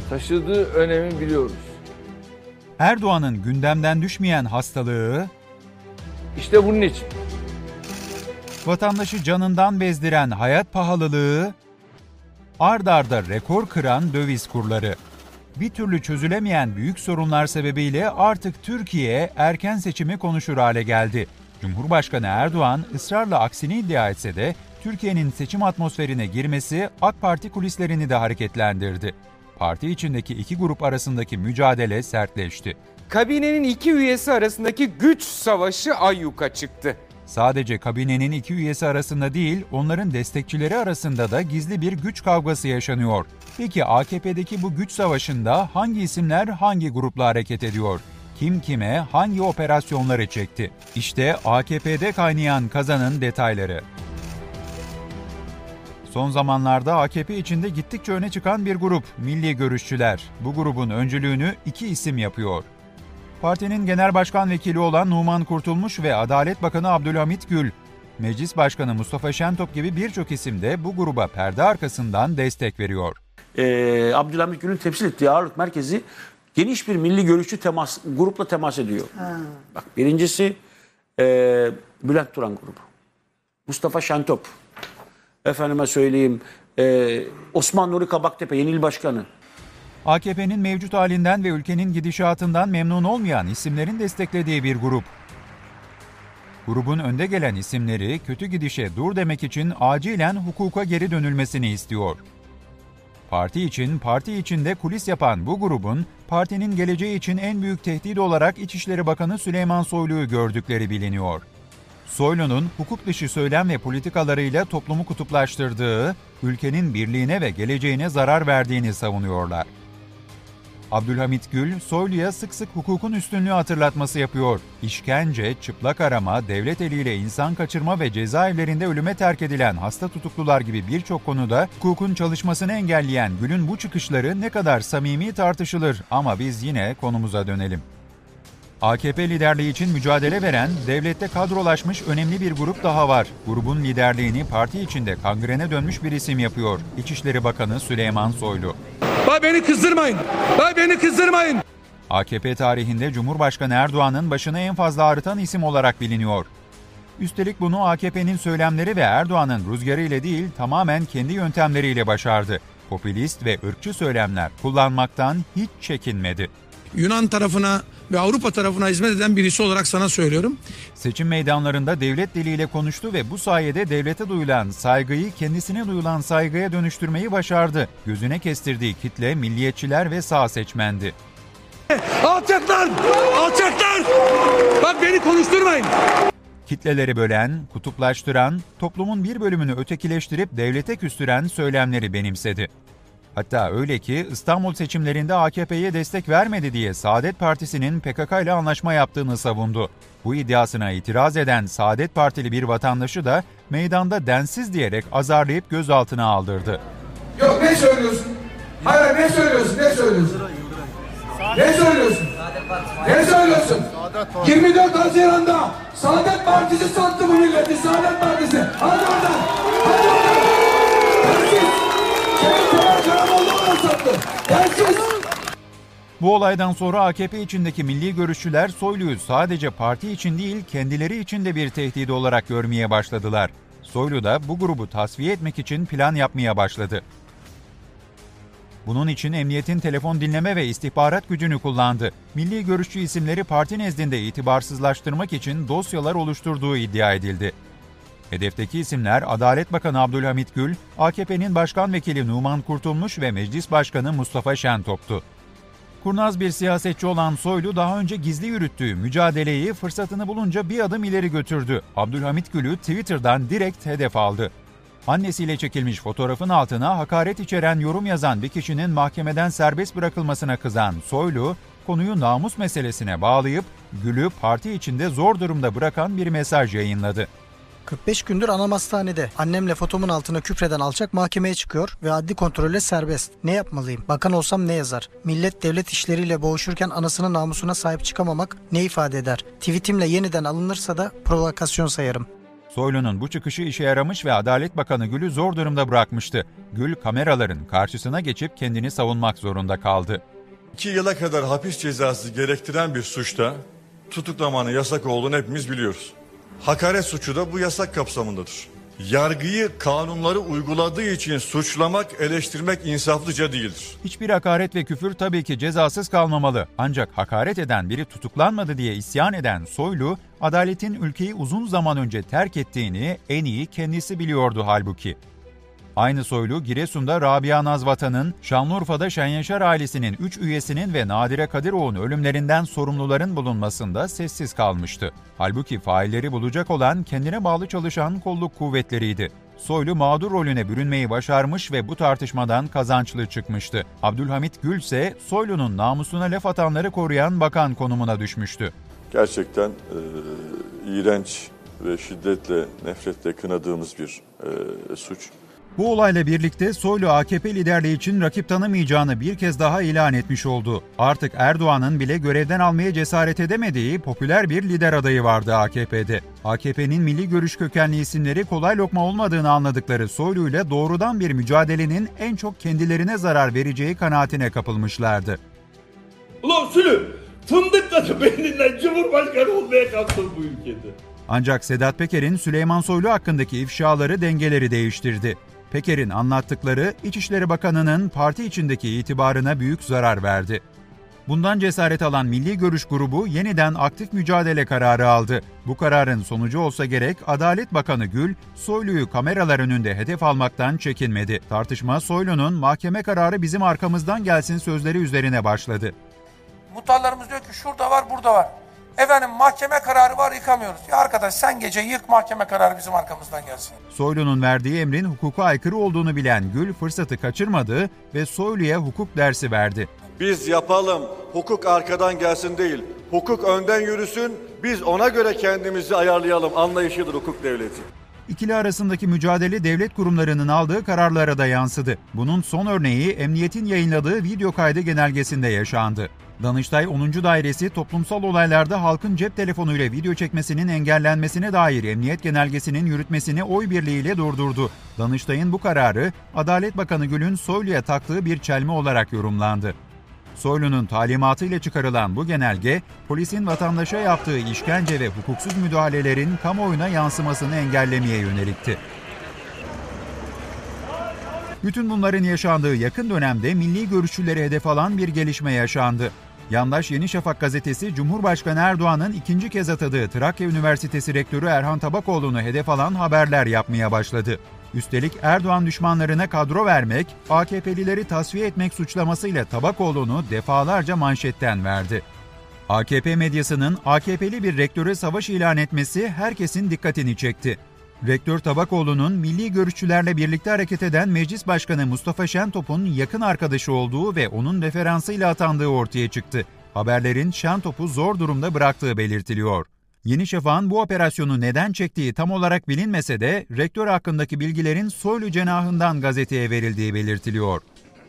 taşıdığı önemi biliyoruz. Erdoğan'ın gündemden düşmeyen hastalığı, İşte bunun için. vatandaşı canından bezdiren hayat pahalılığı, ard arda rekor kıran döviz kurları. Bir türlü çözülemeyen büyük sorunlar sebebiyle artık Türkiye erken seçimi konuşur hale geldi. Cumhurbaşkanı Erdoğan ısrarla aksini iddia etse de Türkiye'nin seçim atmosferine girmesi AK Parti kulislerini de hareketlendirdi. Parti içindeki iki grup arasındaki mücadele sertleşti. Kabinenin iki üyesi arasındaki güç savaşı ayyuka çıktı. Sadece kabinenin iki üyesi arasında değil, onların destekçileri arasında da gizli bir güç kavgası yaşanıyor. Peki AKP'deki bu güç savaşında hangi isimler hangi grupla hareket ediyor? Kim kime hangi operasyonları çekti? İşte AKP'de kaynayan kazanın detayları. Son zamanlarda AKP içinde gittikçe öne çıkan bir grup, Milli Görüşçüler. Bu grubun öncülüğünü iki isim yapıyor. Partinin genel başkan vekili olan Numan Kurtulmuş ve Adalet Bakanı Abdülhamit Gül, Meclis Başkanı Mustafa Şentop gibi birçok isim de bu gruba perde arkasından destek veriyor. Abdülhamit Gül'ün temsil ettiği ağırlık merkezi geniş bir milli görüşçü grupla temas ediyor. Bak, birincisi Bülent Turan grubu. Mustafa Şentop. Efendime söyleyeyim Osman Nuri Kabaktepe yeni il başkanı. AKP'nin mevcut halinden ve ülkenin gidişatından memnun olmayan isimlerin desteklediği bir grup. Grubun önde gelen isimleri kötü gidişe dur demek için acilen hukuka geri dönülmesini istiyor. Parti içinde kulis yapan bu grubun partinin geleceği için en büyük tehdit olarak İçişleri Bakanı Süleyman Soylu'yu gördükleri biliniyor. Soylu'nun hukuk dışı söylem ve politikalarıyla toplumu kutuplaştırdığı, ülkenin birliğine ve geleceğine zarar verdiğini savunuyorlar. Abdülhamit Gül, Soylu'ya sık sık hukukun üstünlüğü hatırlatması yapıyor. İşkence, çıplak arama, devlet eliyle insan kaçırma ve cezaevlerinde ölüme terk edilen hasta tutuklular gibi birçok konuda hukukun çalışmasını engelleyen Gül'ün bu çıkışları ne kadar samimi tartışılır ama biz yine konumuza dönelim. AKP liderliği için mücadele veren, devlette kadrolaşmış önemli bir grup daha var. Grubun liderliğini parti içinde kangrene dönmüş bir isim yapıyor. İçişleri Bakanı Süleyman Soylu. Beni kızdırmayın! Beni kızdırmayın! AKP tarihinde Cumhurbaşkanı Erdoğan'ın başını en fazla ağrıtan isim olarak biliniyor. Üstelik bunu AKP'nin söylemleri ve Erdoğan'ın rüzgarı ile değil, tamamen kendi yöntemleriyle başardı. Popülist ve ırkçı söylemler kullanmaktan hiç çekinmedi. Yunan tarafına ve Avrupa tarafına hizmet eden birisi olarak sana söylüyorum. Seçim meydanlarında devlet diliyle konuştu ve bu sayede devlete duyulan saygıyı kendisine duyulan saygıya dönüştürmeyi başardı. Gözüne kestirdiği kitle milliyetçiler ve sağ seçmendi. Alçaklar! Alçaklar! Beni konuşturmayın! Kitleleri bölen, kutuplaştıran, toplumun bir bölümünü ötekileştirip devlete küstüren söylemleri benimsedi. Hatta öyle ki İstanbul seçimlerinde AKP'ye destek vermedi diye Saadet Partisi'nin PKK ile anlaşma yaptığını savundu. Bu iddiasına itiraz eden Saadet Partili bir vatandaşı da meydanda densiz diyerek azarlayıp gözaltına aldırdı. Yok, ne söylüyorsun? Hayır, ne söylüyorsun? Ne söylüyorsun? Ne söylüyorsun? Ne söylüyorsun? 24 Haziran'da Saadet Partisi sattı bu milleti. Saadet Partisi. Hadi oradan. Hadi oradan. Bu olaydan sonra AKP içindeki milli görüşçüler Soylu'yu sadece parti için değil, kendileri için de bir tehdit olarak görmeye başladılar. Soylu da bu grubu tasfiye etmek için plan yapmaya başladı. Bunun için emniyetin telefon dinleme ve istihbarat gücünü kullandı. Milli görüşçü isimleri parti nezdinde itibarsızlaştırmak için dosyalar oluşturduğu iddia edildi. Hedefteki isimler Adalet Bakanı Abdülhamit Gül, AKP'nin başkan vekili Numan Kurtulmuş ve Meclis Başkanı Mustafa Şentop'tu. Kurnaz bir siyasetçi olan Soylu daha önce gizli yürüttüğü mücadeleyi fırsatını bulunca bir adım ileri götürdü. Abdülhamit Gül'ü Twitter'dan direkt hedef aldı. Annesiyle çekilmiş fotoğrafın altına hakaret içeren yorum yazan bir kişinin mahkemeden serbest bırakılmasına kızan Soylu, konuyu namus meselesine bağlayıp Gül'ü parti içinde zor durumda bırakan bir mesaj yayınladı. 45 gündür anam hastanede. Annemle fotomun altına küfreden alçak mahkemeye çıkıyor ve adli kontrolle serbest. Ne yapmalıyım? Bakan olsam ne yazar? Millet devlet işleriyle boğuşurken anasının namusuna sahip çıkamamak ne ifade eder? Tweetimle yeniden alınırsa da provokasyon sayarım. Soylu'nun bu çıkışı işe yaramış ve Adalet Bakanı Gül'ü zor durumda bırakmıştı. Gül kameraların karşısına geçip kendini savunmak zorunda kaldı. 2 yıla kadar hapis cezası gerektiren bir suçta tutuklamanın yasak olduğunu hepimiz biliyoruz. Hakaret suçu da bu yasak kapsamındadır. Yargıyı, kanunları uyguladığı için suçlamak, eleştirmek insaflıca değildir. Hiçbir hakaret ve küfür tabii ki cezasız kalmamalı. Ancak hakaret eden biri tutuklanmadı diye isyan eden Soylu, adaletin ülkeyi uzun zaman önce terk ettiğini en iyi kendisi biliyordu halbuki. Aynı Soylu, Giresun'da Rabia Nazvatan'ın, Şanlıurfa'da Şen Yaşar ailesinin 3 üyesinin ve Nadire Kadiroğlu'nun ölümlerinden sorumluların bulunmasında sessiz kalmıştı. Halbuki failleri bulacak olan kendine bağlı çalışan kolluk kuvvetleriydi. Soylu mağdur rolüne bürünmeyi başarmış ve bu tartışmadan kazançlı çıkmıştı. Abdülhamit Gül ise Soylu'nun namusuna laf atanları koruyan bakan konumuna düşmüştü. Gerçekten iğrenç ve şiddetle, nefretle kınadığımız bir suç. Bu olayla birlikte Soylu AKP liderliği için rakip tanımayacağını bir kez daha ilan etmiş oldu. Artık Erdoğan'ın bile görevden almaya cesaret edemediği popüler bir lider adayı vardı AKP'de. AKP'nin milli görüş kökenli isimleri kolay lokma olmadığını anladıkları Soylu ile doğrudan bir mücadelenin en çok kendilerine zarar vereceği kanaatine kapılmışlardı. Ulan Sülü, fındık tadı beyninden Cumhurbaşkanı olmaya kalktın bu ülkede. Ancak Sedat Peker'in Süleyman Soylu hakkındaki ifşaları dengeleri değiştirdi. Peker'in anlattıkları İçişleri Bakanı'nın parti içindeki itibarına büyük zarar verdi. Bundan cesaret alan Milli Görüş grubu yeniden aktif mücadele kararı aldı. Bu kararın sonucu olsa gerek Adalet Bakanı Gül, Soylu'yu kameralar önünde hedef almaktan çekinmedi. Tartışma Soylu'nun mahkeme kararı bizim arkamızdan gelsin sözleri üzerine başladı. Muhtarlarımız diyor ki şurada var, burada var. Efendim mahkeme kararı var, yıkamıyoruz. Ya arkadaş sen gece yık, mahkeme kararı bizim arkamızdan gelsin. Soylu'nun verdiği emrin hukuka aykırı olduğunu bilen Gül fırsatı kaçırmadı ve Soylu'ya hukuk dersi verdi. Biz yapalım, hukuk arkadan gelsin değil, hukuk önden yürüsün, biz ona göre kendimizi ayarlayalım anlayışıdır hukuk devleti. İkili arasındaki mücadele devlet kurumlarının aldığı kararlara da yansıdı. Bunun son örneği emniyetin yayınladığı video kaydı genelgesinde yaşandı. Danıştay 10. Dairesi toplumsal olaylarda halkın cep telefonuyla video çekmesinin engellenmesine dair emniyet genelgesinin yürütmesini oy birliğiyle durdurdu. Danıştay'ın bu kararı Adalet Bakanı Gül'ün Soylu'ya taktığı bir çelme olarak yorumlandı. Soylu'nun talimatıyla çıkarılan bu genelge, polisin vatandaşa yaptığı işkence ve hukuksuz müdahalelerin kamuoyuna yansımasını engellemeye yönelikti. Bütün bunların yaşandığı yakın dönemde milli görüşçüleri hedef alan bir gelişme yaşandı. Yandaş Yeni Şafak gazetesi Cumhurbaşkanı Erdoğan'ın ikinci kez atadığı Trakya Üniversitesi Rektörü Erhan Tabakoğlu'nu hedef alan haberler yapmaya başladı. Üstelik Erdoğan düşmanlarına kadro vermek, AKP'lileri tasfiye etmek suçlamasıyla Tabakoğlu'nu defalarca manşetten verdi. AKP medyasının AKP'li bir rektöre savaş ilan etmesi herkesin dikkatini çekti. Rektör Tabakoğlu'nun milli görüşçülerle birlikte hareket eden Meclis Başkanı Mustafa Şentop'un yakın arkadaşı olduğu ve onun referansıyla atandığı ortaya çıktı. Haberlerin Şentop'u zor durumda bıraktığı belirtiliyor. Yeni Şafak'ın bu operasyonu neden çektiği tam olarak bilinmese de rektör hakkındaki bilgilerin Soylu cenahından gazeteye verildiği belirtiliyor.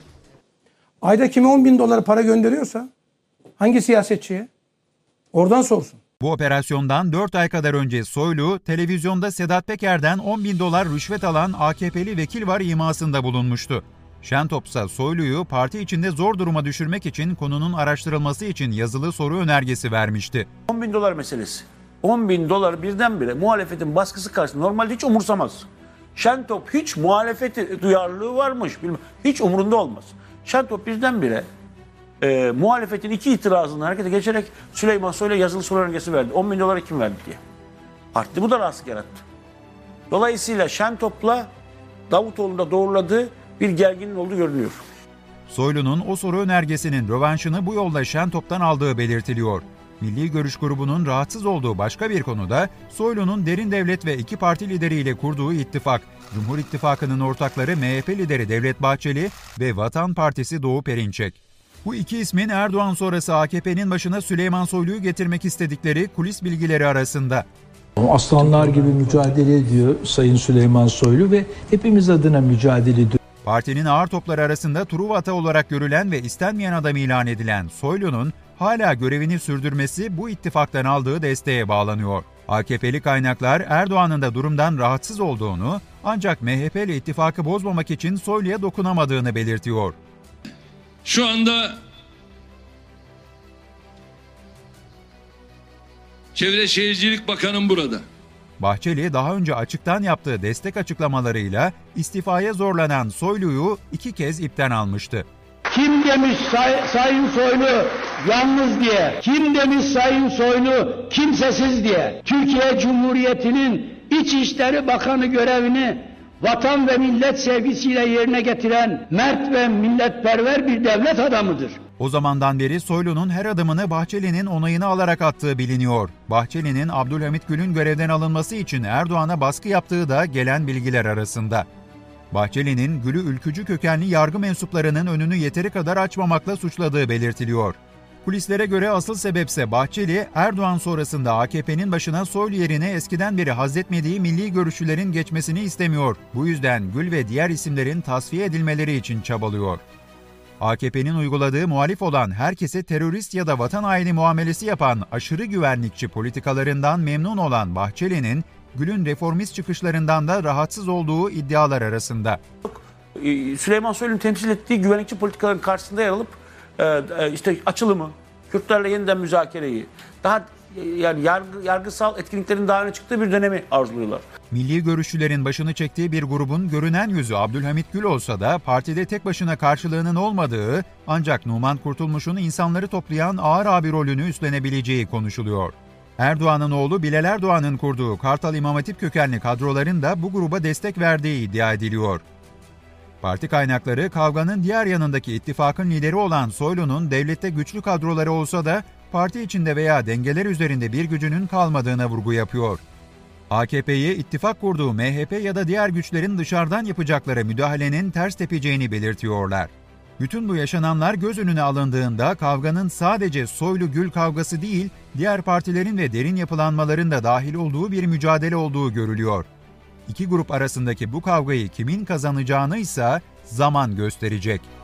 Ayda kime 10.000 dolar para gönderiyorsa hangi siyasetçiye? Oradan sorsun. Bu operasyondan 4 ay kadar önce Soylu, televizyonda Sedat Peker'den 10.000 dolar rüşvet alan AKP'li vekil var imasında bulunmuştu. Şentop ise Soylu'yu parti içinde zor duruma düşürmek için konunun araştırılması için yazılı soru önergesi vermişti. 10.000 dolar meselesi. 10.000 dolar birdenbire muhalefetin baskısı karşısında normalde hiç umursamaz. Şentop hiç muhalefet duyarlılığı varmış, hiç umurunda olmaz. Şentop birdenbire muhalefetin iki itirazını harekete geçerek Süleyman Soylu'ya yazılı soru önergesi verdi. 10.000 doları kim verdi diye. Parti bu da rahatsız yarattı. Dolayısıyla Şentop'la Davutoğlu'nda doğruladığı bir gerginliğin olduğu görülüyor. Soylu'nun o soru önergesinin rövanşını bu yolla Şentop'tan aldığı belirtiliyor. Milli Görüş grubunun rahatsız olduğu başka bir konuda Soylu'nun Derin Devlet ve iki parti lideriyle kurduğu ittifak. Cumhur İttifakı'nın ortakları MHP lideri Devlet Bahçeli ve Vatan Partisi Doğu Perinçek. Bu iki ismin Erdoğan sonrası AKP'nin başına Süleyman Soylu'yu getirmek istedikleri kulis bilgileri arasında. Aslanlar gibi mücadele ediyor Sayın Süleyman Soylu ve hepimiz adına mücadele ediyor. Partinin ağır topları arasında Truva ata olarak görülen ve istenmeyen adam ilan edilen Soylu'nun hala görevini sürdürmesi bu ittifaktan aldığı desteğe bağlanıyor. AKP'li kaynaklar Erdoğan'ın da durumdan rahatsız olduğunu ancak MHP ile ittifakı bozmamak için Soylu'ya dokunamadığını belirtiyor. Şu anda Çevre Şehircilik Bakanım burada. Bahçeli daha önce açıktan yaptığı destek açıklamalarıyla istifaya zorlanan Soylu'yu 2 kez ipten almıştı. Kim demiş Sayın Soylu yalnız diye? Kim demiş Sayın Soylu kimsesiz diye? Türkiye Cumhuriyeti'nin İçişleri Bakanı görevini vatan ve millet sevgisiyle yerine getiren mert ve milletperver bir devlet adamıdır. O zamandan beri Soylu'nun her adımını Bahçeli'nin onayını alarak attığı biliniyor. Bahçeli'nin Abdülhamit Gül'ün görevden alınması için Erdoğan'a baskı yaptığı da gelen bilgiler arasında. Bahçeli'nin Gül'ü ülkücü kökenli yargı mensuplarının önünü yeteri kadar açmamakla suçladığı belirtiliyor. Kulislere göre asıl sebepse Bahçeli, Erdoğan sonrasında AKP'nin başına Soylu yerine eskiden beri hazzetmediği milli görüşçülerin geçmesini istemiyor. Bu yüzden Gül ve diğer isimlerin tasfiye edilmeleri için çabalıyor. AKP'nin uyguladığı muhalif olan herkese terörist ya da vatan haini muamelesi yapan aşırı güvenlikçi politikalarından memnun olan Bahçeli'nin Gül'ün reformist çıkışlarından da rahatsız olduğu iddialar arasında. Süleyman Soylu'nun temsil ettiği güvenlikçi politikaların karşısında yer alıp işte açılımı, Kürtlerle yeniden müzakereyi, daha yani yargısal etkinliklerin daha öne çıktığı bir dönemi arzuluyorlar. Milli görüşçülerin başını çektiği bir grubun görünen yüzü Abdülhamit Gül olsa da partide tek başına karşılığının olmadığı ancak Numan Kurtulmuş'un insanları toplayan ağır abi rolünü üstlenebileceği konuşuluyor. Erdoğan'ın oğlu Bilal Erdoğan'ın kurduğu Kartal İmam Hatip kökenli kadroların da bu gruba destek verdiği iddia ediliyor. Parti kaynakları kavganın diğer yanındaki ittifakın lideri olan Soylu'nun devlette güçlü kadroları olsa da parti içinde veya dengeler üzerinde bir gücünün kalmadığına vurgu yapıyor. AKP'yi ittifak kurduğu MHP ya da diğer güçlerin dışarıdan yapacakları müdahalenin ters tepeceğini belirtiyorlar. Bütün bu yaşananlar göz önüne alındığında kavganın sadece Soylu-Gül kavgası değil, diğer partilerin ve derin yapılanmaların da dahil olduğu bir mücadele olduğu görülüyor. İki grup arasındaki bu kavgayı kimin kazanacağını ise zaman gösterecek.